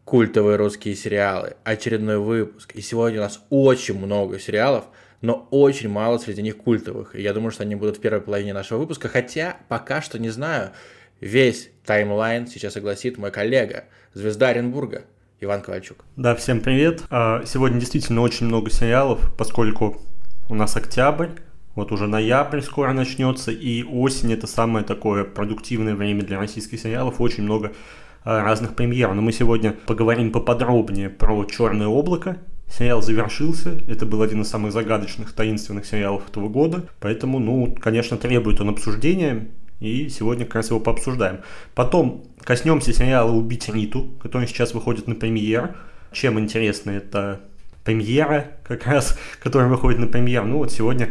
Культовые русские сериалы, очередной выпуск. И сегодня у нас очень много сериалов, но очень мало среди них культовых. И я думаю, что они будут в первой половине нашего выпуска, хотя пока что не знаю. Весь таймлайн сейчас огласит мой коллега, звезда Оренбурга, Иван Ковальчук. Да, всем привет. Сегодня действительно очень много сериалов, поскольку у нас октябрь, вот уже ноябрь скоро начнется, и осень — это самое такое продуктивное время для российских сериалов, очень много разных премьер. Но мы сегодня поговорим поподробнее про «Черное облако». Сериал завершился, это был один из самых загадочных, таинственных сериалов этого года, поэтому, конечно, требует он обсуждения, и сегодня как раз его пообсуждаем. Потом коснемся сериала «Убить Риту», который сейчас выходит на премьер. Чем интересно, это премьера, как раз, которая выходит на премьер. Вот сегодня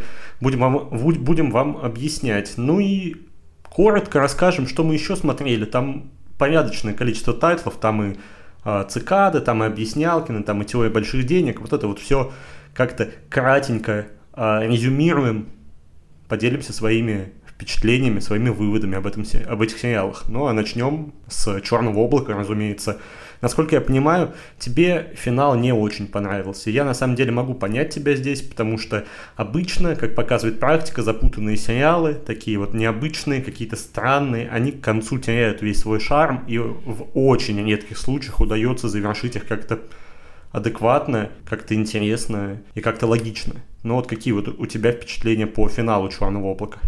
будем вам объяснять. И коротко расскажем, что мы еще смотрели. Там порядочное количество тайтлов, там и «Цикады», там и «Объяснялкины», там и «Теория больших денег». Вот это вот все как-то кратенько резюмируем, поделимся своими впечатлениями, своими выводами об этих сериалах. А начнем с «Черного облака», разумеется. Насколько я понимаю, тебе финал не очень понравился. Я на самом деле могу понять тебя здесь, потому что обычно, как показывает практика, запутанные сериалы, такие вот необычные, какие-то странные, они к концу теряют весь свой шарм, и в очень редких случаях удается завершить их как-то адекватно, как-то интересно и как-то логично. Какие вот у тебя впечатления по финалу «Черного облака»?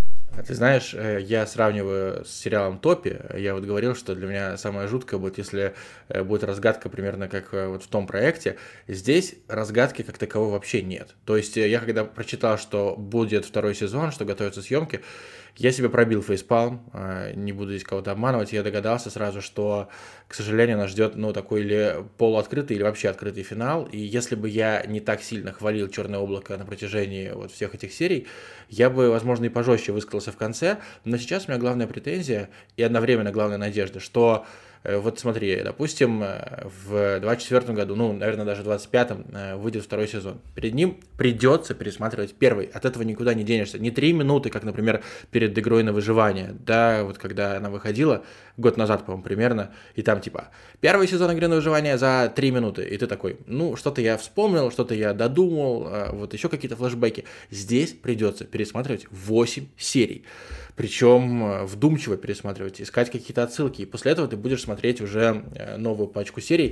Ты знаешь, я сравниваю с сериалом «Топи». Я вот говорил, что для меня самое жуткое будет, если будет разгадка примерно как вот в том проекте. Здесь разгадки как таковой вообще нет. То есть я когда прочитал, что будет второй сезон, что готовятся съемки, я себе пробил фейспалм, не буду здесь кого-то обманывать, я догадался сразу, что, к сожалению, нас ждет, такой или полуоткрытый, или вообще открытый финал, и если бы я не так сильно хвалил «Черное облако» на протяжении вот всех этих серий, я бы, возможно, и пожестче высказался в конце, но сейчас у меня главная претензия и одновременно главная надежда, что вот смотри, допустим, в 2024 году, наверное, даже в 2025 выйдет второй сезон. Перед ним придется пересматривать первый. От этого никуда не денешься. Не 3 минуты, как, например, перед игрой на выживание. Да, вот когда она выходила, год назад, по-моему, примерно, и там типа первый сезон игры на выживание за 3 минуты. И ты такой, что-то я вспомнил, что-то я додумал, вот еще какие-то флешбеки. Здесь придется пересматривать 8 серий. Причем вдумчиво пересматривать, искать какие-то отсылки. И после этого ты будешь смотреть уже новую пачку серий,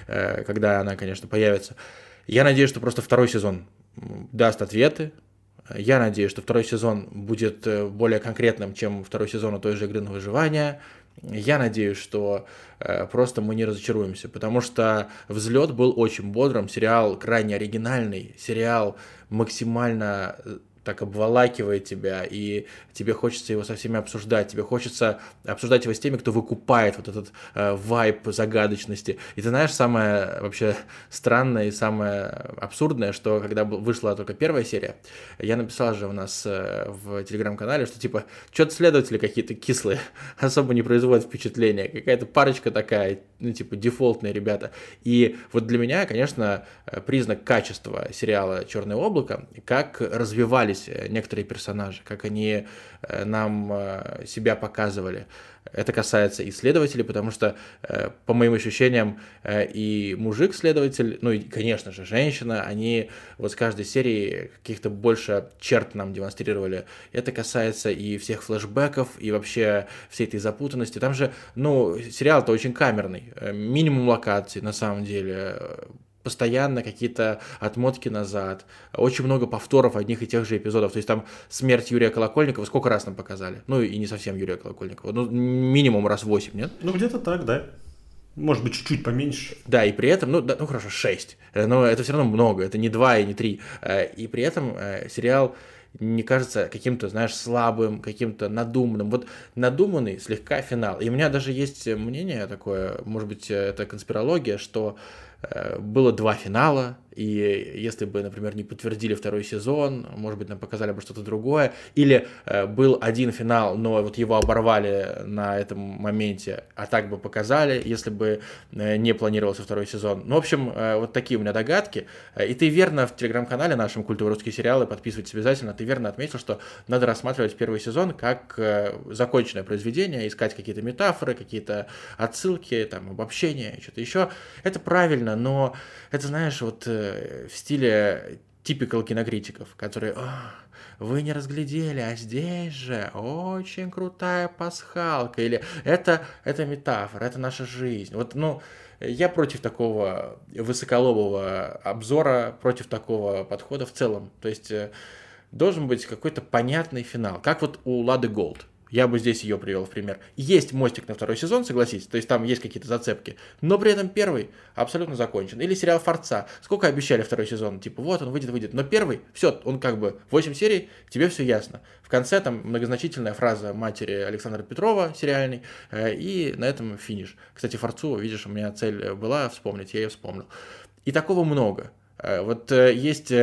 когда она, конечно, появится. Я надеюсь, что просто второй сезон даст ответы. Я надеюсь, что второй сезон будет более конкретным, чем второй сезон той же игры на выживание. Я надеюсь, что просто мы не разочаруемся, потому что взлет был очень бодрым, сериал крайне оригинальный, сериал максимально так обволакивает тебя, и тебе хочется его со всеми обсуждать, тебе хочется обсуждать его с теми, кто выкупает вот этот вайб загадочности. И ты знаешь, самое вообще странное и самое абсурдное, что когда вышла только первая серия, я написал же у нас в телеграм-канале, что типа, что-то следователи какие-то кислые, особо не производят впечатления, какая-то парочка такая, дефолтные ребята. И вот для меня, конечно, признак качества сериала «Черное облако», как развивались некоторые персонажи, как они нам себя показывали. Это касается исследователей, потому что, по моим ощущениям, и мужик-следователь, и, конечно же, женщина, они вот с каждой серии каких-то больше черт нам демонстрировали. Это касается и всех флешбеков, и вообще всей этой запутанности. Там же, сериал-то очень камерный, минимум локаций, на самом деле, постоянно какие-то отмотки назад, очень много повторов одних и тех же эпизодов. То есть там смерть Юрия Колокольникова сколько раз нам показали? И не совсем Юрия Колокольникова. Минимум раз 8, нет? Где-то так, да. Может быть, чуть-чуть поменьше. Да, и при этом, хорошо, 6. Но это все равно много, это не 2 и не 3. И при этом сериал не кажется каким-то, знаешь, слабым, каким-то надуманным. Вот надуманный слегка финал. И у меня даже есть мнение такое, может быть, это конспирология, что было 2 финала, и если бы, например, не подтвердили второй сезон, может быть, нам показали бы что-то другое, или был один финал, но вот его оборвали на этом моменте, а так бы показали, если бы не планировался второй сезон. Ну, в общем, вот такие у меня догадки. И ты верно в телеграм-канале нашем «Культура русские сериалы», подписывайтесь обязательно, ты верно отметил, что надо рассматривать первый сезон как законченное произведение, искать какие-то метафоры, какие-то отсылки, там, обобщения, что-то еще. Это правильно, но это, знаешь, вот в стиле typical кинокритиков, которые... Вы не разглядели, а здесь же очень крутая пасхалка. Или это метафора, это наша жизнь. Вот, ну, я против такого высоколобого обзора, против такого подхода в целом. То есть должен быть какой-то понятный финал. Как вот у Лады Голд. Я бы здесь ее привел в пример. Есть мостик на второй сезон, согласитесь, то есть там есть какие-то зацепки, но при этом первый абсолютно закончен. Или сериал «Форца». Сколько обещали второй сезон? Типа, вот он выйдет. Но первый, все, он как бы 8 серий, тебе все ясно. В конце там многозначительная фраза матери Александра Петрова, сериальной, и на этом финиш. Кстати, «Форцу», видишь, у меня цель была вспомнить, я ее вспомнил. И такого много. Вот есть...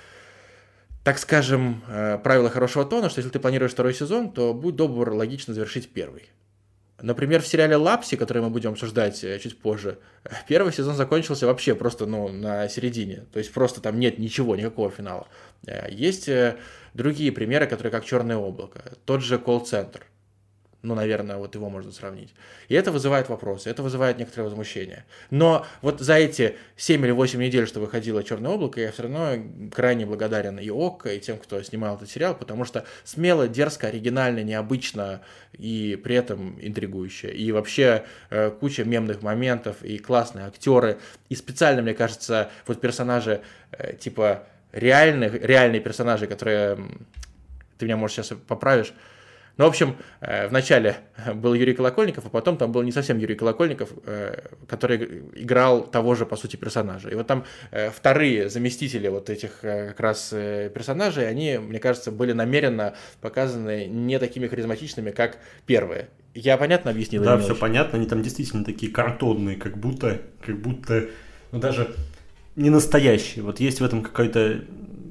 Так скажем, правило хорошего тона, что если ты планируешь второй сезон, то будь добр логично завершить первый. Например, в сериале «Лапси», который мы будем обсуждать чуть позже, первый сезон закончился вообще просто на середине. То есть просто там нет ничего, никакого финала. Есть другие примеры, которые как «Черное облако», тот же «Колл-центр». Ну, наверное, вот его можно сравнить. И это вызывает вопросы, это вызывает некоторое возмущение. Но вот за эти 7 или 8 недель, что выходило «Черное облако», я все равно крайне благодарен и ОККО, и тем, кто снимал этот сериал, потому что смело, дерзко, оригинально, необычно и при этом интригующе. И вообще куча мемных моментов, и классные актеры, и специально, мне кажется, вот персонажи типа реальные персонажи, которые... Ты меня, может, сейчас поправишь. Ну, в общем, вначале был Юрий Колокольников, а потом там был не совсем Юрий Колокольников, который играл того же, по сути, персонажа. И вот там вторые заместители вот этих как раз персонажей, они, мне кажется, были намеренно показаны не такими харизматичными, как первые. Я понятно объяснил? Да, все понятно, они там действительно такие картонные, как будто, ну, даже не настоящие. Вот есть в этом какая-то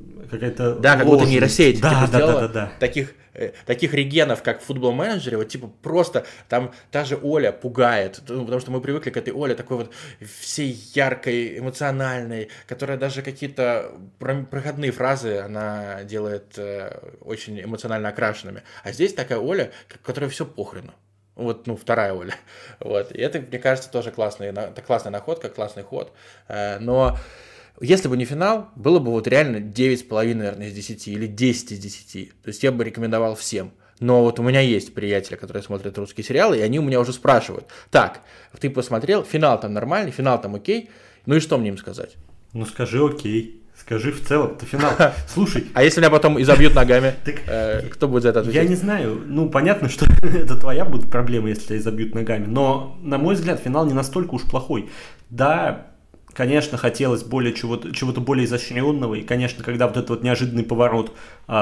да, как будто нейросеть да. Таких регенов, как в Футбол Менеджере, вот типа просто там та же Оля пугает, потому что мы привыкли к этой Оле, такой вот всей яркой, эмоциональной, которая даже какие-то проходные фразы она делает очень эмоционально окрашенными. А здесь такая Оля, которая все похрену. Вот, вторая Оля. Вот. И это, мне кажется, тоже классная находка, классный ход. Но если бы не финал, было бы вот реально 9,5, наверное, из 10 или 10 из 10. То есть я бы рекомендовал всем. Но вот у меня есть приятели, которые смотрят русские сериалы, и они у меня уже спрашивают: так, ты посмотрел, финал там нормальный, финал там окей, ну и что мне им сказать? Ну скажи окей, скажи в целом, это финал. Слушай. А если меня потом изобьют ногами, кто будет за это отвечать? Я не знаю, понятно, что это твоя будет проблема, если тебя изобьют ногами, но, на мой взгляд, финал не настолько уж плохой. Да, конечно, хотелось чего-то более изощренного, и, конечно, когда вот этот вот неожиданный поворот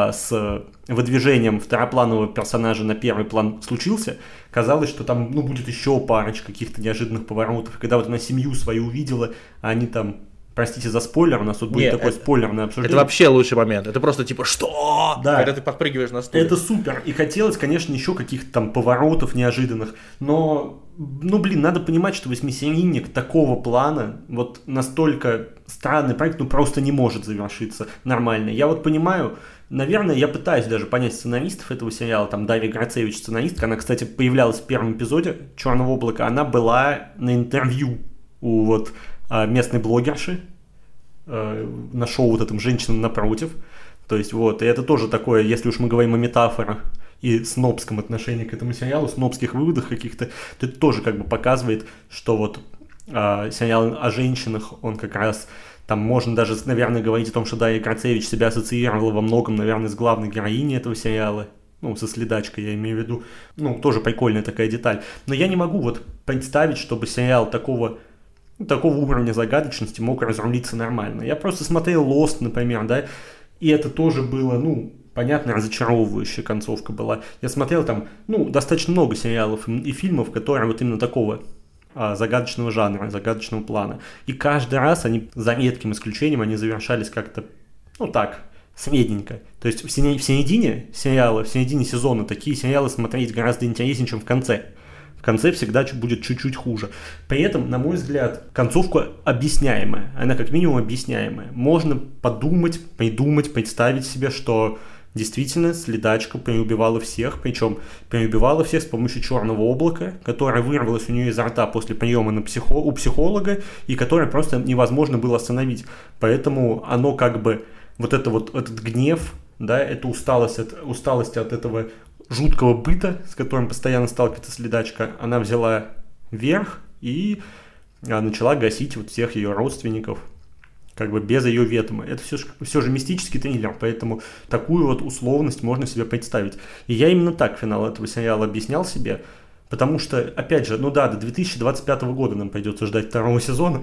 с выдвижением второпланового персонажа на первый план случился, казалось, что там будет еще парочка каких-то неожиданных поворотов. И когда вот она семью свою увидела, а они там... Простите за спойлер, у нас тут будет такое спойлерное обсуждение. Это вообще лучший момент. Это просто типа что? Да. Когда ты подпрыгиваешь на стуле. Это супер. И хотелось, конечно, еще каких-то там поворотов неожиданных. Но, надо понимать, что восьмисерийник такого плана, вот настолько странный проект, просто не может завершиться нормально. Я вот понимаю, наверное, я пытаюсь даже понять сценаристов этого сериала. Там Дарья Грацевич, сценаристка, она, кстати, появлялась в первом эпизоде «Черного облака». Она была на интервью у местной блогерши на шоу вот этом «Женщина напротив». То есть и это тоже такое, если уж мы говорим о метафорах и снобском отношении к этому сериалу, снобских выводах каких-то, то это тоже как бы показывает, что сериал о женщинах, он как раз, там можно даже, наверное, говорить о том, что Дарья Грацевич себя ассоциировала во многом, наверное, с главной героиней этого сериала. Со следачкой я имею в виду. Тоже прикольная такая деталь. Но я не могу представить, чтобы сериал такого уровня загадочности мог разрулиться нормально. Я просто смотрел Lost, например, да, и это тоже было, понятно, разочаровывающая концовка была. Я смотрел там, достаточно много сериалов и фильмов, которые именно такого загадочного жанра, загадочного плана. И каждый раз они, за редким исключением, они завершались как-то, ну так, средненько. То есть в середине сериала, в середине сезона такие сериалы смотреть гораздо интереснее, чем в конце. В конце всегда будет чуть-чуть хуже. При этом, на мой взгляд, концовка объясняемая. Она как минимум объясняемая. Можно подумать, придумать, представить себе, что действительно следачка переубивала всех, причем переубивала всех с помощью черного облака, которое вырвалось у нее изо рта после приема у психолога, и которое просто невозможно было остановить. Поэтому оно как бы, этот гнев, да, эта усталость от этого жуткого быта, с которым постоянно сталкивается следачка, она взяла верх и начала гасить всех ее родственников, как бы без ее ведома. Это все же мистический триллер, поэтому такую условность можно себе представить. И я именно так финал этого сериала объяснял себе, потому что, опять же, до 2025 года нам придется ждать второго сезона.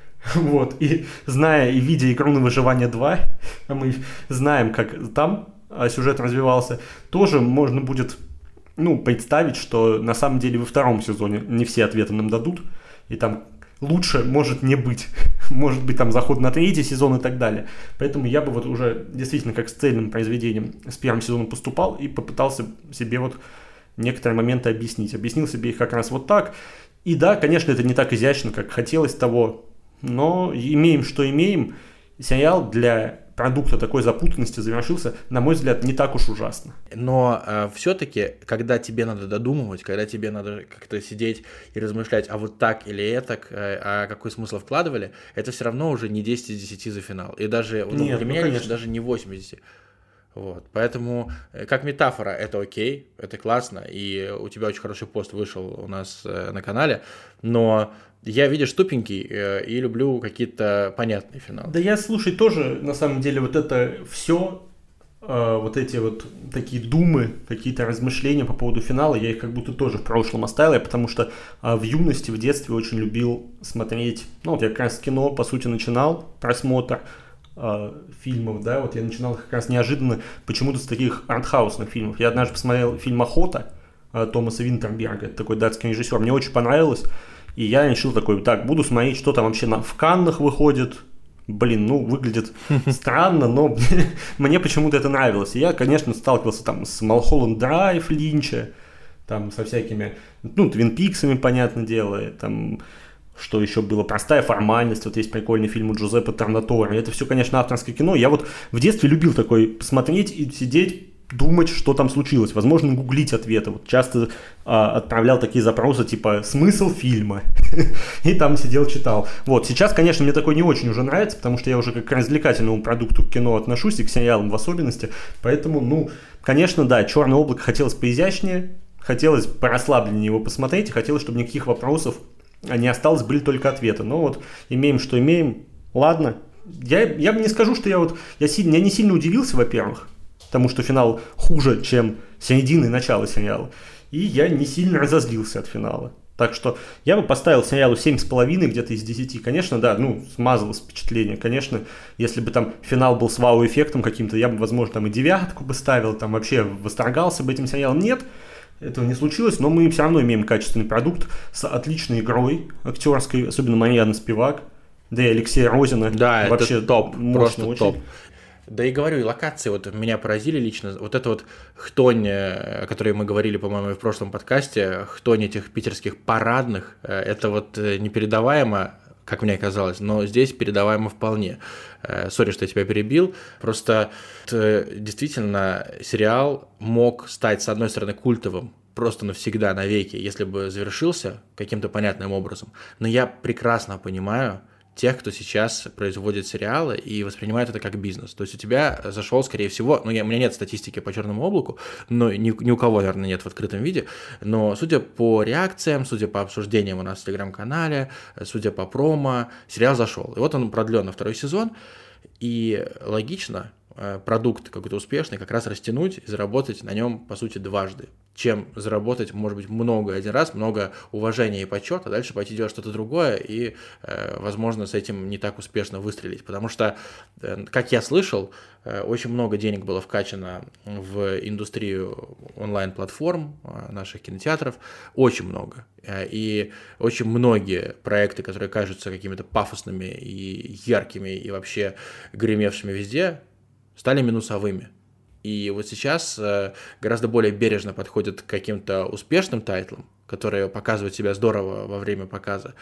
И зная и видя «Игру на выживание 2», а мы знаем, как там сюжет развивался, тоже можно будет представить, что на самом деле во втором сезоне не все ответы нам дадут, и там лучше может не быть. Может быть, там заход на третий сезон и так далее. Поэтому я бы уже действительно как с цельным произведением с первым сезоном поступал и попытался себе некоторые моменты объяснить. Объяснил себе их как раз так. И да, конечно, это не так изящно, как хотелось того, но имеем, что имеем. Сериал для продукта такой запутанности завершился, на мой взгляд, не так уж ужасно. Но все-таки, когда тебе надо додумывать, когда тебе надо как-то сидеть и размышлять, а вот так или этак, а какой смысл вкладывали, это все равно уже не 10 из 10 за финал. И даже для меня лично даже не 8 из 10. Поэтому, как метафора, это окей, это классно, и у тебя очень хороший пост вышел у нас на канале, но я, видишь, тупенький и люблю какие-то понятные финалы. Да я, слушай, тоже, на самом деле, это все, эти такие думы, какие-то размышления по поводу финала, я их как будто тоже в прошлом оставил, потому что в юности, в детстве очень любил смотреть, я как раз кино, по сути, начинал просмотр фильмов, да, я начинал как раз неожиданно почему-то с таких артхаусных фильмов. Я однажды посмотрел фильм «Охота» Томаса Винтерберга, это такой датский режиссер, мне очень понравилось, и я решил буду смотреть, что там вообще в Каннах выходит. Выглядит странно, но мне почему-то это нравилось. И я, конечно, сталкивался с Малхолланд Драйв Линча, со всякими, Твин Пиксами, понятное дело, что еще было, «Простая формальность», есть прикольный фильм у Джузеппе Торнаторе. Это все, конечно, авторское кино. Я в детстве любил посмотреть и сидеть, думать, что там случилось. Возможно, гуглить ответы. Часто отправлял такие запросы, типа «смысл фильма». И там сидел, читал. Сейчас, конечно, мне такое не очень уже нравится, потому что я уже как к развлекательному продукту кино отношусь, и к сериалам в особенности. Поэтому, конечно, да, «Черное облако» хотелось поизящнее, хотелось порасслабленнее его посмотреть, и хотелось, чтобы никаких вопросов не осталось, были только ответы. Но имеем, что имеем. Ладно. Я не скажу, что я не сильно удивился, во-первых, потому что финал хуже, чем середина и начало сериала. И я не сильно разозлился от финала. Так что я бы поставил сериалу 7,5 где-то из 10. Конечно, да, смазалось впечатление. Конечно, если бы финал был с вау-эффектом каким-то, я бы, возможно, и 9 бы ставил, вообще восторгался бы этим сериалом. Нет, этого не случилось, но мы все равно имеем качественный продукт с отличной игрой актерской, особенно Марьяна Спивак, да и Алексея Розина. Да, вообще это топ, просто очень. Топ. Да и говорю, и локации меня поразили лично. Это хтонь, о которой мы говорили, по-моему, и в прошлом подкасте, хтонь этих питерских парадных, это непередаваемо, как мне казалось, но здесь передаваемо вполне. Сори, что я тебя перебил. Просто действительно сериал мог стать, с одной стороны, культовым, просто навсегда, навеки, если бы завершился каким-то понятным образом. Но я прекрасно понимаю тех, кто сейчас производит сериалы и воспринимает это как бизнес. То есть у тебя зашел, скорее всего, у меня нет статистики по «Черному облаку», но ни у кого, наверное, нет в открытом виде, но судя по реакциям, судя по обсуждениям у нас в Телеграм-канале, судя по промо, сериал зашел. И он продлен на второй сезон, и логично продукт какой-то успешный как раз растянуть и заработать на нем, по сути, дважды. чем заработать, может быть, много один раз, много уважения и почета, а дальше пойти делать что-то другое и, возможно, с этим не так успешно выстрелить. Потому что, как я слышал, очень много денег было вкачано в индустрию онлайн-платформ наших кинотеатров, очень много. И очень многие проекты, которые кажутся какими-то пафосными и яркими и вообще гремевшими везде, стали минусовыми. И вот сейчас гораздо более бережно подходят к каким-то успешным тайтлам, которые показывают себя здорово во время показа,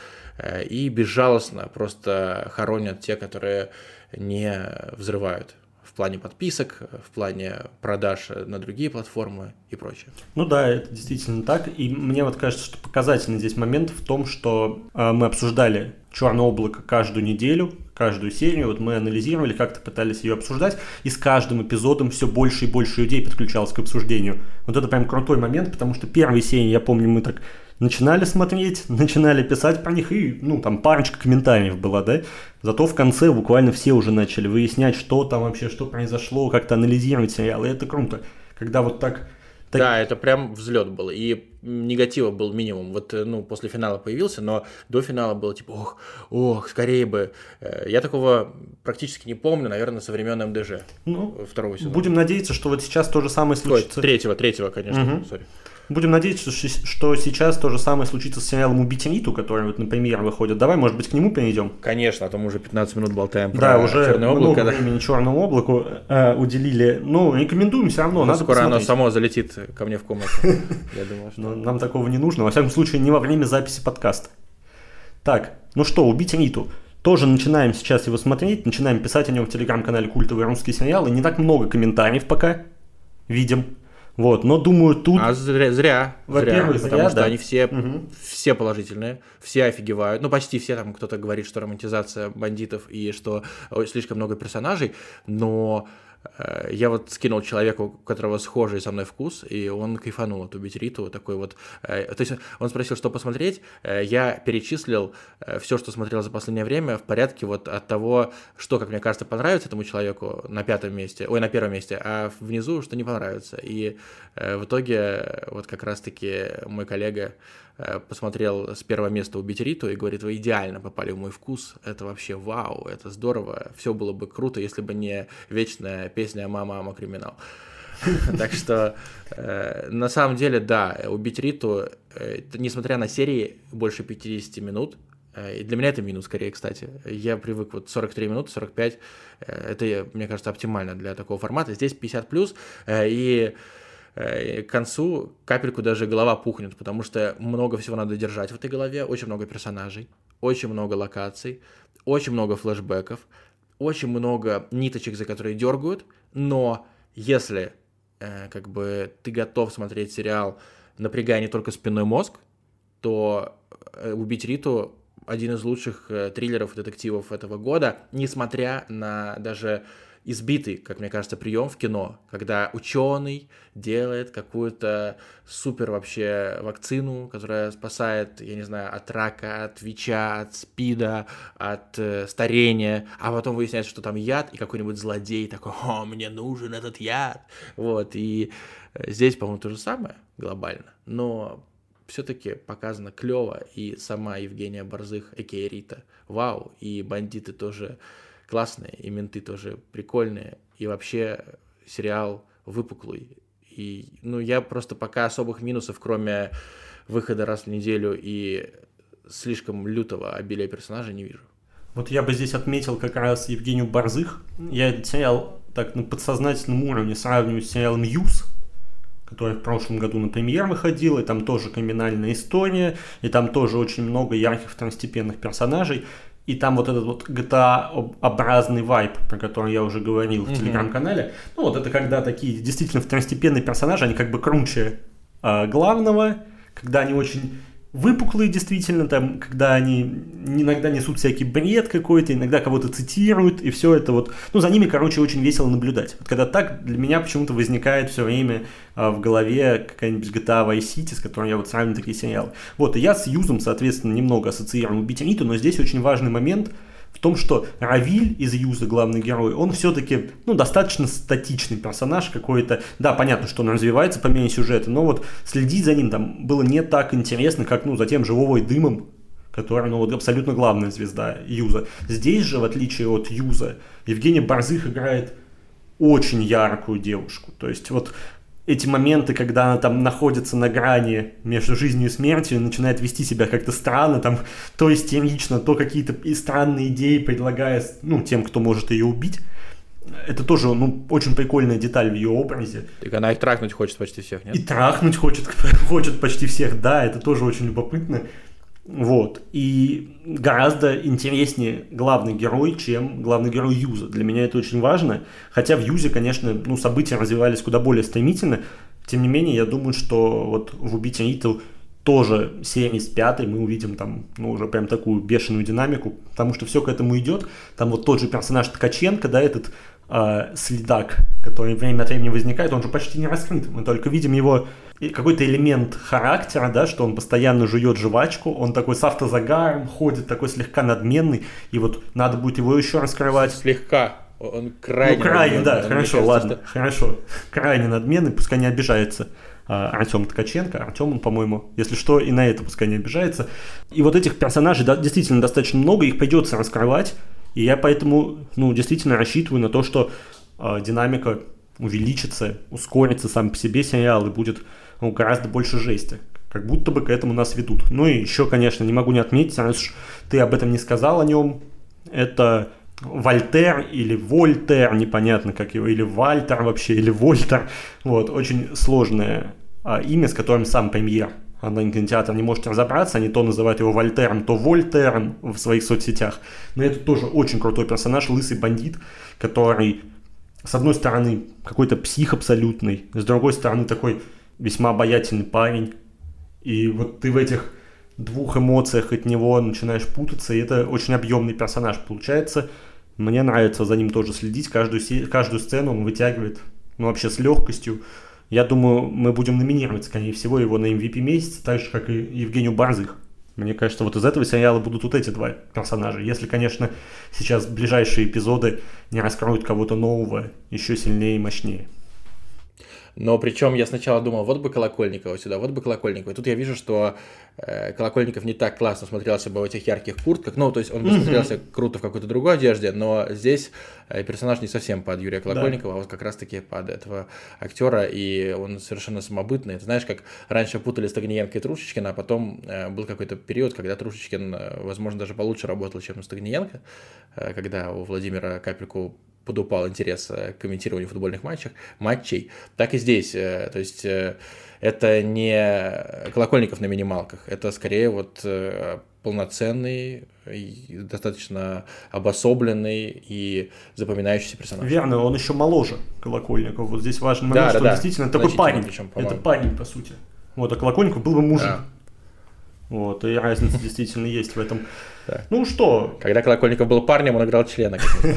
и безжалостно просто хоронят те, которые не взрывают в плане подписок, в плане продаж на другие платформы и прочее. Ну да, это действительно так. И мне вот кажется, что показательный здесь момент в том, что мы обсуждали «Черное облако» каждую неделю, каждую серию, вот мы анализировали, как-то пытались ее обсуждать, и с каждым эпизодом все больше и больше людей подключалось к обсуждению. Вот это прям крутой момент, потому что первые серии, я помню, мы так начинали смотреть, начинали писать про них, и, там парочка комментариев была, да? Зато в конце буквально все уже начали выяснять, что там вообще, что произошло, как-то анализировать сериал, и это круто. Когда вот так... Да, это прям взлет был, и негатива был минимум. Вот, после финала появился, но до финала было типа, ох, скорее бы. Я такого практически не помню, наверное, со времен МДЖ. Второго сезона. Будем надеяться, что вот сейчас то же самое случится. Третьего, конечно, сори. Будем надеяться, что сейчас то же самое случится с сериалом «Убить Риту», который вот на премьер выходит. Давай, может быть, к нему перейдем? Конечно, а то мы уже 15 минут болтаем про «Черное облако». Много времени «Черному облаку» уделили. Рекомендуем все равно, надо скоро посмотреть. Оно само залетит ко мне в комнату. Я думаю, что... Нам такого не нужно, во всяком случае, не во время записи подкаста. Так, «Убить Риту». Тоже начинаем сейчас его смотреть, начинаем писать о нем в телеграм-канале «Культовые русские сериалы». Не так много комментариев пока видим. Вот, но думаю, тут... Зря. Во-первых, потому что да. они все положительные, все офигевают. Почти все, там кто-то говорит, что романтизация бандитов и что слишком много персонажей, но я вот скинул человеку, у которого схожий со мной вкус, и он кайфанул от «Убить Риту», такой вот... То есть он спросил, что посмотреть, я перечислил все, что смотрел за последнее время, в порядке вот от того, что, как мне кажется, понравится этому человеку на первом месте, а внизу, что не понравится. И в итоге вот как раз-таки мой коллега посмотрел с первого места «Убить Риту» и говорит: вы идеально попали в мой вкус, это вообще вау, это здорово, все было бы круто, если бы не вечная песня «Мама, криминал». Так что, на самом деле, да, «Убить Риту», несмотря на серии больше 50 минут, и для меня это минус, скорее, кстати. Я привык 43 минуты, 45, это, мне кажется, оптимально для такого формата. Здесь 50+, и к концу капельку даже голова пухнет, потому что много всего надо держать в этой голове, очень много персонажей, очень много локаций, очень много флешбеков, очень много ниточек, за которые дергают, но если ты готов смотреть сериал, напрягая не только спинной мозг, то «Убить Риту» один из лучших триллеров, детективов этого года, несмотря на даже избитый, как мне кажется, прием в кино, когда ученый делает какую-то супер вообще вакцину, которая спасает, я не знаю, от рака, от ВИЧа, от СПИДа, от старения, а потом выясняется, что там яд, и какой-нибудь злодей такой: «О, мне нужен этот яд». Вот, и здесь, по-моему, то же самое глобально, но все-таки показано клево, и сама Евгения Борзых, а.к.а. Рита, вау, и бандиты тоже классные, и менты тоже прикольные, и вообще сериал выпуклый. И, я просто пока особых минусов, кроме выхода раз в неделю и слишком лютого обилия персонажей, не вижу. Вот я бы здесь отметил как раз Евгению Борзых. Я этот сериал так на подсознательном уровне сравниваю с сериалом «Юз», который в прошлом году на премьер выходил, и там тоже криминальная история, и там тоже очень много ярких второстепенных персонажей. И там вот этот вот GTA-образный вайб, про который я уже говорил в телеграм-канале. Это когда такие действительно второстепенные персонажи, они как бы круче главного, когда они очень выпуклые действительно, там, когда они иногда несут всякий бред какой-то, иногда кого-то цитируют, и все это вот, за ними, очень весело наблюдать. Вот когда так, для меня почему-то возникает все время в голове какая-нибудь GTA Vice City, с которой я вот сравниваю такие сериалы. Вот, и я с Юзом, соответственно, немного ассоциирую «Убить Риту», но здесь очень важный момент, в том, что Равиль из Юза, главный герой, он все-таки, достаточно статичный персонаж какой-то. Да, понятно, что он развивается по мере сюжета, но вот следить за ним там было не так интересно, как, за тем же Вовой Дымом, который, абсолютно главная звезда Юза. Здесь же, в отличие от Юза, Евгения Борзых играет очень яркую девушку. То есть вот эти моменты, когда она там находится на грани между жизнью и смертью и начинает вести себя как-то странно, там то истерично, то какие-то странные идеи предлагая, тем, кто может ее убить. Это тоже, очень прикольная деталь в ее образе. Так она и трахнуть хочет почти всех, нет? И трахнуть хочет почти всех, да, это тоже очень любопытно. Вот. И гораздо интереснее главный герой, чем главный герой Юза. Для меня это очень важно. Хотя в Юзе, конечно, события развивались куда более стремительно. Тем не менее, я думаю, что вот в «Убить Риту» тоже серии с 5 мы увидим там, уже прям такую бешеную динамику, потому что все к этому идет. Там вот тот же персонаж Ткаченко, да, этот следак, который время от времени возникает, он же почти не раскрыт. Мы только видим его какой-то элемент характера, да, что он постоянно жует жвачку, он такой с автозагаром ходит, такой слегка надменный, и вот надо будет его еще раскрывать. Слегка. Он крайне надменный. Да, хорошо, ладно, хорошо. Крайне надменный, пускай не обижается Артем Ткаченко. Артем, он, по-моему, если что, и на это пускай не обижается. И вот этих персонажей действительно достаточно много, их придется раскрывать, и я поэтому, действительно рассчитываю на то, что динамика увеличится, ускорится сам по себе сериал и будет гораздо больше жести. Как будто бы к этому нас ведут. Ну и еще, конечно, не могу не отметить, раз уж ты об этом не сказал о нем, это Вольтер или Вольтер, непонятно как его, или Вальтер вообще, или Вольтер. Вот, очень сложное имя, с которым сам премьер онлайн-кинотеатр не может разобраться. Они то называют его Вольтером, то Вольтером в своих соцсетях. Но это тоже очень крутой персонаж, лысый бандит, который, с одной стороны, какой-то псих абсолютный, с другой стороны, такой весьма обаятельный парень. И вот ты в этих двух эмоциях от него начинаешь путаться, и это очень объемный персонаж получается. Мне нравится за ним тоже следить. Каждую сцену он вытягивает, вообще с легкостью. Я думаю, мы будем номинировать, скорее всего, его на MVP месяца, так же, как и Евгению Борзых. Мне кажется, вот из этого сериала будут вот эти два персонажа. Если, конечно, сейчас ближайшие эпизоды не раскроют кого-то нового еще сильнее и мощнее. Но причем я сначала думал, вот бы Колокольникова сюда, вот бы Колокольникова. И тут я вижу, что Колокольников не так классно смотрелся бы в этих ярких куртках. То есть он бы смотрелся круто в какой-то другой одежде, но здесь персонаж не совсем под Юрия Колокольникова, а вот как раз-таки под этого актера, и он совершенно самобытный. Ты знаешь, как раньше путали Стагниенко и Трушечкина, а потом был какой-то период, когда Трушечкин, возможно, даже получше работал, чем Стагниенко, когда у Владимира Капельку подупал интерес к комментированию футбольных матчей, так и здесь. То есть это не Колокольников на минималках, это скорее вот полноценный, достаточно обособленный и запоминающийся персонаж. Верно, он еще моложе Колокольников. Вот здесь важный момент, что действительно такой парень. Причем, это парень, по сути. Вот, а Колокольников был бы мужик. Да. Вот, и разница действительно есть в этом. Да. Ну что? Когда Колокольников был парнем, он играл члена.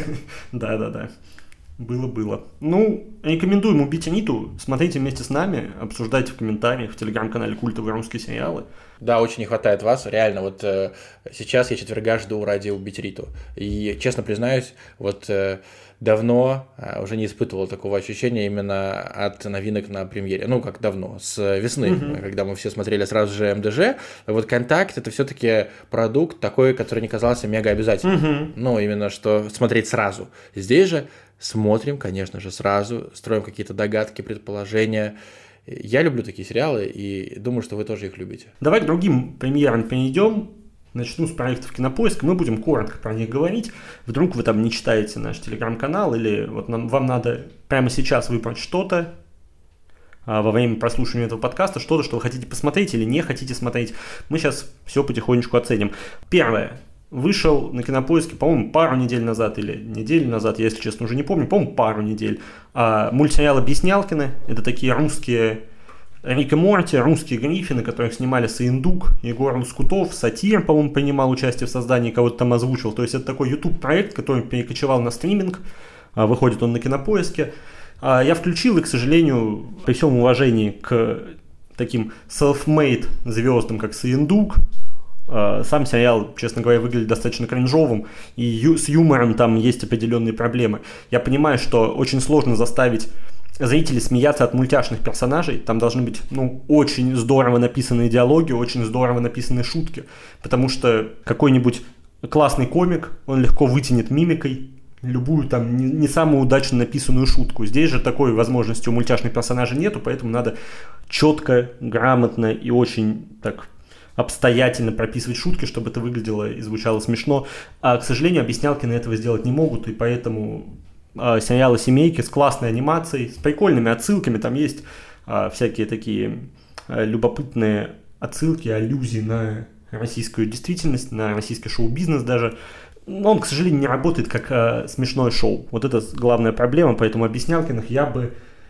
Да. Было. Рекомендуем «Убить Аниту». Смотрите вместе с нами, обсуждайте в комментариях в телеграм-канале «Культовые русские сериалы». Да, очень не хватает вас. Реально, вот сейчас я четверга жду ради «Убить Риту». И, честно признаюсь, вот давно уже не испытывал такого ощущения именно от новинок на премьере. Как давно? С весны, когда мы все смотрели сразу же МДЖ. Вот «Контакт» — это все-таки продукт такой, который не казался мега обязательным. Именно что смотреть сразу. Здесь же смотрим, конечно же, сразу, строим какие-то догадки, предположения. Я люблю такие сериалы и думаю, что вы тоже их любите. Давай к другим премьерам перейдем. Начну с проектов «Кинопоиск». Мы будем коротко про них говорить. Вдруг вы там не читаете наш телеграм-канал, или вот вам надо прямо сейчас выбрать что-то во время прослушивания этого подкаста, что-то, что вы хотите посмотреть или не хотите смотреть. Мы сейчас все потихонечку оценим. Первое. Вышел на Кинопоиске, по-моему, пару недель назад или неделю назад, я, если честно, уже не помню, по-моему, пару недель. Мультсериал «Объяснялкины». Это такие русские Рик и Морти, русские Гриффины, которых снимали Саиндук, Егор Лоскутов, Сатир, по-моему, принимал участие в создании, кого-то там озвучивал. То есть это такой YouTube-проект, который перекочевал на стриминг, выходит он на Кинопоиске. Я включил, и, к сожалению, при всем уважении к таким self-made звездам, как Саиндук, Сам сериал, честно говоря, выглядит достаточно кринжовым, и с юмором там есть определенные проблемы. Я понимаю, что очень сложно заставить зрителей смеяться от мультяшных персонажей. Там должны быть, очень здорово написанные диалоги, очень здорово написанные шутки, потому что какой-нибудь классный комик, он легко вытянет мимикой любую там не самую удачно написанную шутку. Здесь же такой возможности у мультяшных персонажей нету, поэтому надо четко, грамотно и очень так обстоятельно прописывать шутки, чтобы это выглядело и звучало смешно. А, к сожалению, объяснялкины этого сделать не могут, и поэтому сериалы «Семейки» с классной анимацией, с прикольными отсылками, там есть всякие такие любопытные отсылки, аллюзии на российскую действительность, на российский шоу-бизнес даже. Но он, к сожалению, не работает как смешное шоу. Вот это главная проблема, поэтому объяснялкиных я бы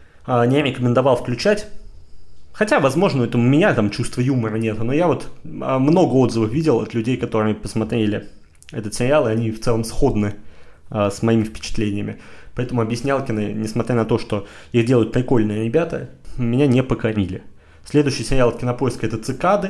не рекомендовал включать. Хотя, возможно, это у меня там чувства юмора нет, но я вот много отзывов видел от людей, которые посмотрели этот сериал, и они в целом сходны с моими впечатлениями. Поэтому объяснялкины, несмотря на то, что их делают прикольные ребята, меня не покорили. Следующий сериал от Кинопоиска — это «Цикады».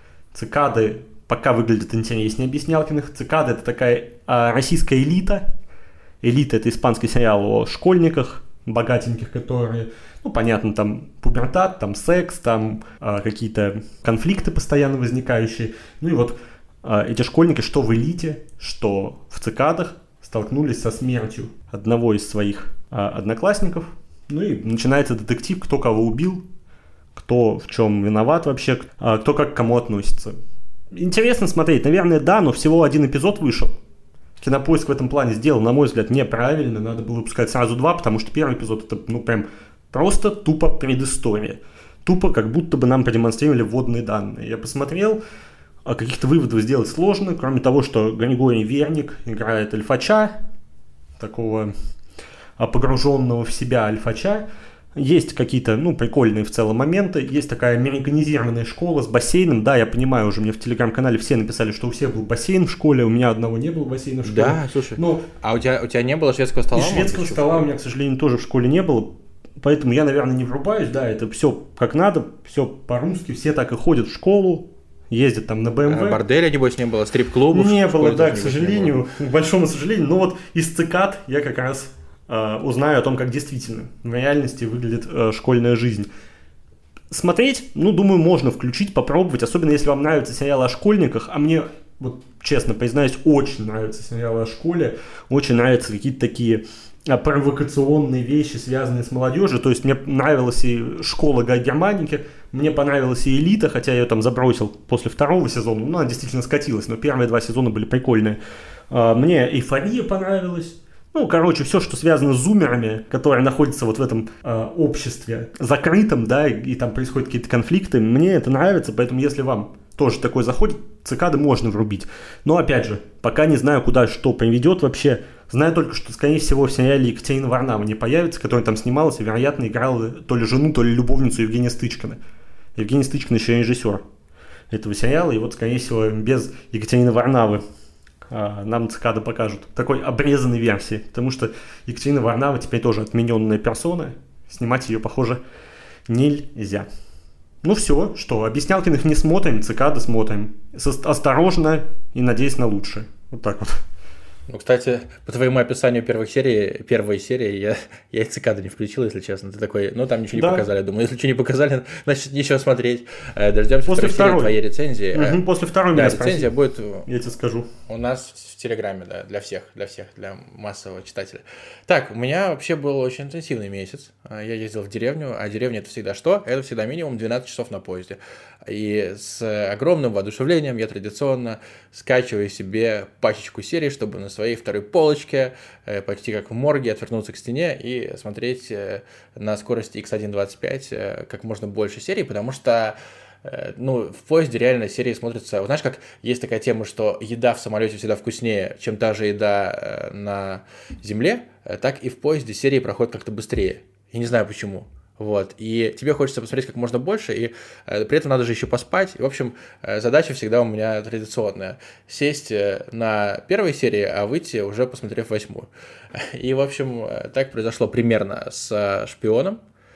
«Цикады» пока выглядят интереснее объяснялкиных. «Цикады» — это такая российская элита. «Элита» — это испанский сериал о школьниках богатеньких, которые, понятно, там пубертат, там секс, там какие-то конфликты постоянно возникающие. И вот эти школьники, что в «Элите», что в «Цикадах», столкнулись со смертью одного из своих одноклассников. И начинается детектив, кто кого убил, кто в чем виноват вообще, кто как к кому относится. Интересно смотреть, наверное, да, но всего один эпизод вышел. Кинопоиск в этом плане сделал, на мой взгляд, неправильно. Надо было выпускать сразу 2, потому что первый эпизод — это, прям просто тупо предыстория. Тупо, как будто бы нам продемонстрировали вводные данные. Я посмотрел, каких-то выводов сделать сложно, кроме того, что Григорий Верник играет альфача, такого погруженного в себя альфача. Есть какие-то, прикольные в целом моменты. Есть такая американизированная школа с бассейном. Да, я понимаю, уже мне в телеграм-канале все написали, что у всех был бассейн в школе, у меня одного не было бассейна в школе. Да, слушай, а у тебя не было шведского стола? И шведского стола у меня, к сожалению, тоже в школе не было. Поэтому я, наверное, не врубаюсь. Да, это все как надо, все по-русски, все так и ходят в школу, ездят там на БМВ. Борделя, небось, не было, стрип-клубов? Не было, да, к сожалению, к большому сожалению. Но вот из «Цикад» я как раз узнаю о том, как действительно в реальности выглядит школьная жизнь. Смотреть, думаю, можно включить, попробовать, особенно если вам нравятся сериалы о школьниках, а мне, вот честно признаюсь, очень нравятся сериалы о школе, очень нравятся какие-то такие провокационные вещи, связанные с молодежью. То есть мне нравилась и «Школа Гай Германики», мне понравилась и «Элита», хотя я ее там забросил после второго сезона, она действительно скатилась, но первые 2 сезона были прикольные. Мне «Эйфория» понравилась. Все, что связано с зумерами, которые находятся вот в этом обществе закрытом, да, и там происходят какие-то конфликты, мне это нравится, поэтому если вам тоже такое заходит, «Цикады» можно врубить. Но, опять же, пока не знаю, куда что приведет вообще. Знаю только, что, скорее всего, в сериале Екатерина Варнава не появится, которая там снималась и, вероятно, играла то ли жену, то ли любовницу Евгения Стычкина. Евгений Стычкин еще режиссер этого сериала, и вот, скорее всего, без Екатерины Варнавы нам «Цикады» покажут такой обрезанной версии, потому что Екатерина Варнава теперь тоже отмененная персона, снимать ее, похоже, нельзя. Все, что, объяснялкиных не смотрим, «Цикады» смотрим. Осторожно и надеясь на лучшее. Вот так вот. Кстати, по твоему описанию первой серии, я и «Цикады» не включил, если честно. Ты такой, там ничего не показали. Думаю, если ничего не показали, значит, нечего смотреть. Дождемся после второй твоей рецензии. После второй меня рецензия будет... Я тебе скажу. У нас в Телеграме, да, для всех, для массового читателя. Так, у меня вообще был очень интенсивный месяц. Я ездил в деревню, а деревня — это всегда что? Это всегда минимум 12 часов на поезде. И с огромным воодушевлением я традиционно скачиваю себе пачечку серий, чтобы на своей второй полочке, почти как в морге, отвернуться к стене и смотреть на скорости X1.25 как можно больше серий, потому что в поезде реально серии смотрятся... Знаешь, как есть такая тема, что еда в самолете всегда вкуснее, чем та же еда на земле, так и в поезде серии проходят как-то быстрее. Я не знаю почему. Вот, и тебе хочется посмотреть как можно больше, и при этом надо же еще поспать. И, в общем, задача всегда у меня традиционная. Сесть на первой серии, а выйти, уже посмотрев 8-ю. И, в общем, так произошло примерно с «Шпионом».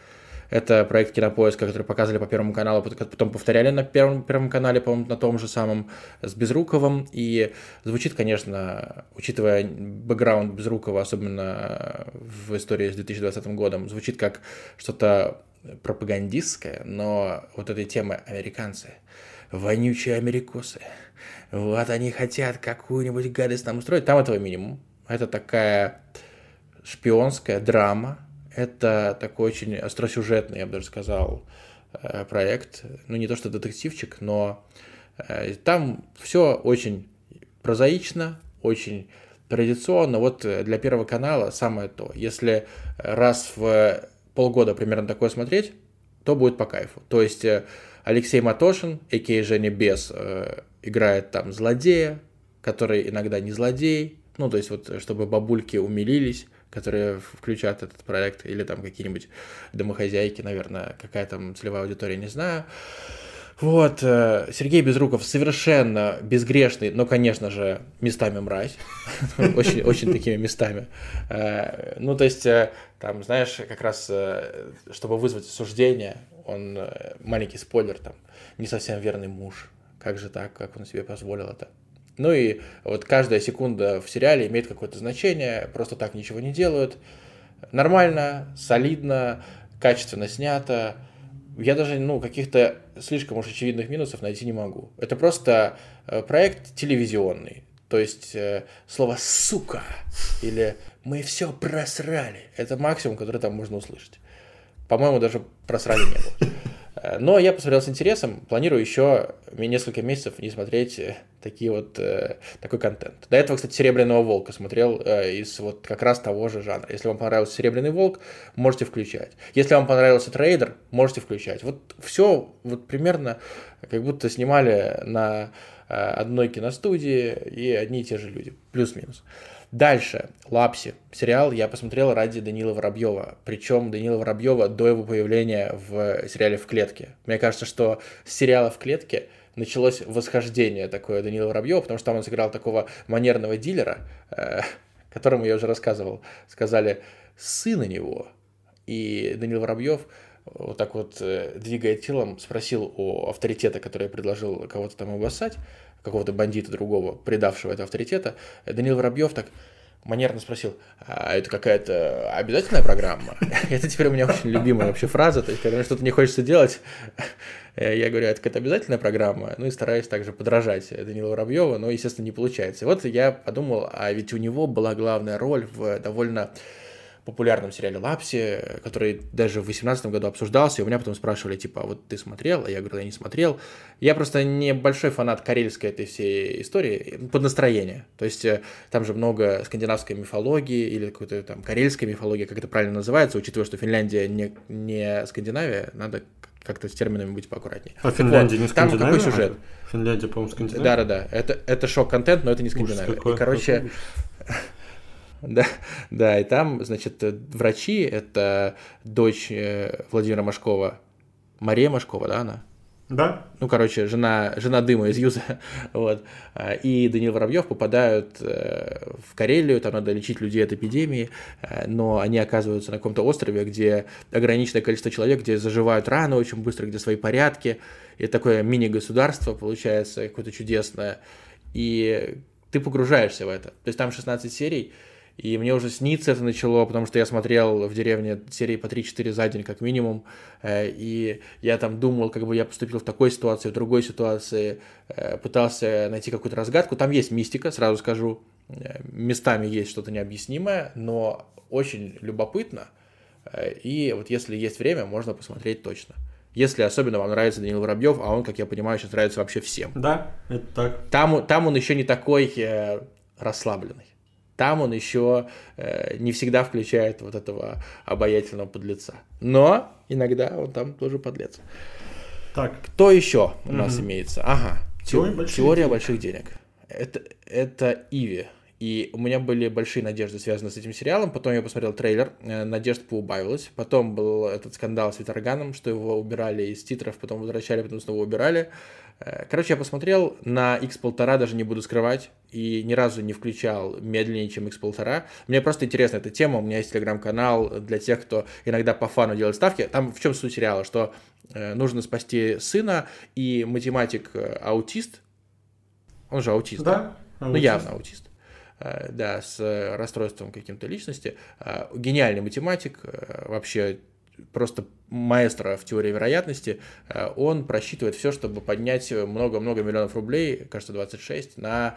Это проект Кинопоиска, который показывали по Первому каналу, потом повторяли на Первом канале, по-моему, на том же самом, с Безруковым. И звучит, конечно, учитывая бэкграунд Безрукова, особенно в истории с 2020 годом, звучит как что-то пропагандистское, но вот этой темы американцы, вонючие америкосы, вот они хотят какую-нибудь гадость нам устроить, там этого минимум. Это такая шпионская драма, это такой очень остросюжетный, я бы даже сказал, проект. Ну, не то что детективчик, но там все очень прозаично, очень традиционно. Вот для Первого канала самое то. Если раз в полгода примерно такое смотреть, то будет по кайфу. То есть Алексей Матошин, а.к.а. Женя Бес, играет там злодея, который иногда не злодей. Ну, то есть вот чтобы бабульки умилились, которые включат этот проект, или там какие-нибудь домохозяйки, наверное, какая там целевая аудитория, не знаю. Вот, Сергей Безруков совершенно безгрешный, но, конечно же, местами мразь, очень такими местами. Ну, то есть, там, знаешь, как раз, чтобы вызвать осуждение, он, маленький спойлер, там, не совсем верный муж. Как же так, как он себе позволил это? Ну и вот каждая секунда в сериале имеет какое-то значение, просто так ничего не делают. Нормально, солидно, качественно снято. Я даже, каких-то слишком уж очевидных минусов найти не могу. Это просто проект телевизионный. То есть слово «сука» или «мы все просрали» — это максимум, который там можно услышать. По-моему, даже просрали не было. Но я посмотрел с интересом, планирую еще несколько месяцев не смотреть такой контент. До этого, кстати, «Серебряного волка» смотрел из вот как раз того же жанра. Если вам понравился «Серебряный волк», можете включать. Если вам понравился «Трейдер», можете включать. Вот все вот примерно как будто снимали на одной киностудии и одни и те же люди, плюс-минус. Дальше, «Лапси». Сериал я посмотрел ради Данила Воробьева. Причем Данила Воробьева до его появления в сериале «В клетке». Мне кажется, что с сериала «В клетке» началось восхождение такое Данила Воробьева, потому что там он сыграл такого манерного дилера, которому я уже рассказывал. Сказали «сы на него». И Данил Воробьев вот так вот, двигая телом, спросил у авторитета, который предложил кого-то там обоссать, какого-то бандита другого, предавшего этого авторитета. Данил Воробьев так манерно спросил: а это какая-то обязательная программа? Это теперь у меня очень любимая вообще фраза, то есть, когда мне что-то не хочется делать, я говорю: это какая-то обязательная программа, ну и стараюсь также подражать Данилу Воробьеву, но, естественно, не получается. И вот я подумал, а ведь у него была главная роль в довольно популярном сериале «Лапси», который даже в 2018 году обсуждался, и у меня потом спрашивали, типа, а вот ты смотрел? А я говорю: я не смотрел. Я просто не большой фанат карельской этой всей истории, под настроение. То есть там же много скандинавской мифологии или какой-то там карельской мифологии, как это правильно называется, учитывая, что Финляндия не Скандинавия, надо как-то с терминами быть поаккуратнее. А Финляндия не Скандинавия? Там какой сюжет? Финляндия, по-моему, Скандинавия? Да. Это шок-контент, но это не Скандинавия. И, короче... Да, и там, значит, врачи, это дочь Владимира Машкова, Мария Машкова, да, она? Да. Ну, короче, жена Дыма из Юза, вот, и Данил Воробьев попадают в Карелию, там надо лечить людей от эпидемии, но они оказываются на каком-то острове, где ограниченное количество человек, где заживают раны очень быстро, где свои порядки, и такое мини-государство получается какое-то чудесное, и ты погружаешься в это, то есть там 16 серий, и мне уже снится это начало, потому что я смотрел в деревне серии по 3-4 за день как минимум, и я там думал, как бы я поступил в такой ситуации, в другой ситуации, пытался найти какую-то разгадку. Там есть мистика, сразу скажу, местами есть что-то необъяснимое, но очень любопытно, и вот если есть время, можно посмотреть точно. Если особенно вам нравится Данил Воробьев, а он, как я понимаю, сейчас нравится вообще всем. Да, это так. Там он еще не такой расслабленный. Там он еще не всегда включает вот этого обаятельного подлеца. Но иногда он там тоже подлец. Так. Кто еще у нас имеется? Ага. Теория больших денег. Это Иви. И у меня были большие надежды, связанные с этим сериалом. Потом я посмотрел трейлер, надежда поубавилась. Потом был этот скандал с Виторганом, что его убирали из титров, потом возвращали, потом снова убирали. Короче, я посмотрел на X1,5, даже не буду скрывать, и ни разу не включал медленнее, чем X1,5. Мне просто интересна эта тема, у меня есть телеграм-канал для тех, кто иногда по фану делает ставки. Там в чем суть сериала, что нужно спасти сына, и математик-аутист, он же аутист, да? Ну, явно аутист. Да, с расстройством каким-то личности. Гениальный математик, вообще просто маэстро в теории вероятности. Он просчитывает все, чтобы поднять много-много миллионов рублей, кажется, 26, на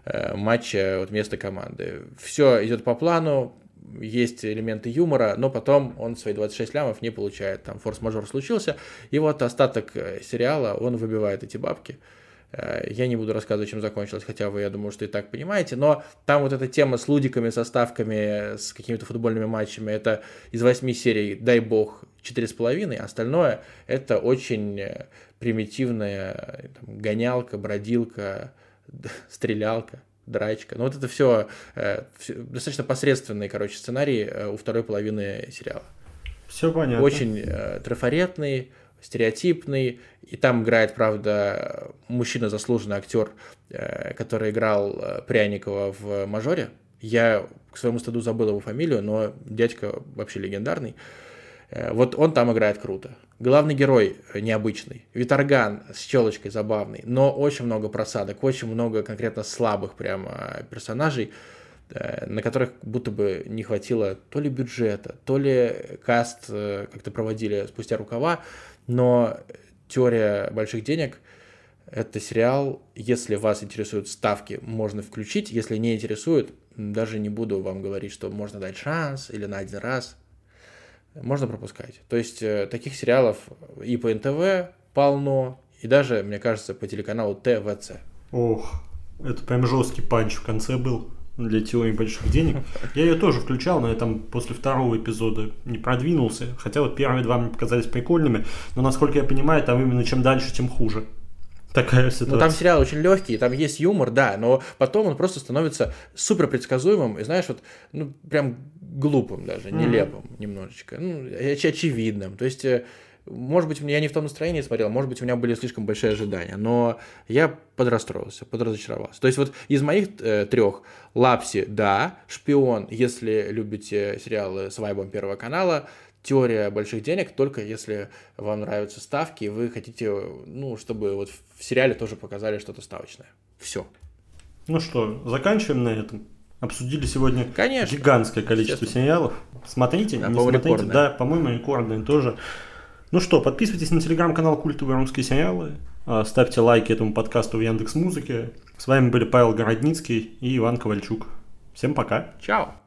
матче вместо команды. Все идет по плану, есть элементы юмора, но потом он свои 26 лямов не получает. Там форс-мажор случился, и вот остаток сериала, он выбивает эти бабки. Я не буду рассказывать, чем закончилось, хотя вы, я думаю, что и так понимаете, но там вот эта тема с лудиками, со ставками, с какими-то футбольными матчами, это из 8 серий, дай бог, 4,5, остальное это очень примитивная там, гонялка, бродилка, стрелялка, драчка. Ну вот это все достаточно посредственный, короче, сценарий у второй половины сериала. Все понятно. Очень трафаретный, стереотипный, и там играет, правда, мужчина, заслуженный актер, который играл Пряникова в «Мажоре». Я, к своему стыду, забыл его фамилию, но дядька вообще легендарный. Вот он там играет круто. Главный герой необычный. Виторган с челочкой забавный, но очень много просадок, очень много конкретно слабых прямо персонажей, на которых будто бы не хватило то ли бюджета, то ли каст как-то проводили спустя рукава, но «Теория больших денег» — это сериал, если вас интересуют ставки, можно включить, если не интересует, даже не буду вам говорить, что можно дать шанс или на один раз, можно пропускать. То есть таких сериалов и по НТВ полно, и даже, мне кажется, по телеканалу ТВЦ. Ох, это прям жесткий панч в конце был для «Теории больших денег». Я ее тоже включал, но я там после второго эпизода не продвинулся. Хотя вот первые два мне показались прикольными, но, насколько я понимаю, там именно чем дальше, тем хуже. Такая ситуация. Ну, там сериал очень легкий, там есть юмор, да, но потом он просто становится супер предсказуемым и, знаешь, вот, ну, прям глупым даже, нелепым немножечко, ну, очевидным. То есть, может быть, я не в том настроении смотрел, может быть, у меня были слишком большие ожидания, но я подрастроился, подразочаровался. То есть, вот из моих трех «Лапси», да, «Шпион», если любите сериалы с вайбом Первого канала, «Теория больших денег», только если вам нравятся ставки, и вы хотите, ну, чтобы вот в сериале тоже показали что-то ставочное. Все. Ну что, заканчиваем на этом. Обсудили сегодня Конечно, гигантское количество сериалов. Смотрите, да, не по-моему, смотрите. рекордное. Да, по-моему, рекордные тоже. Ну что, подписывайтесь на телеграм-канал «Культовые русские сериалы», ставьте лайки этому подкасту в Яндекс.Музыке. С вами были Павел Городницкий и Иван Ковальчук. Всем пока. Чао.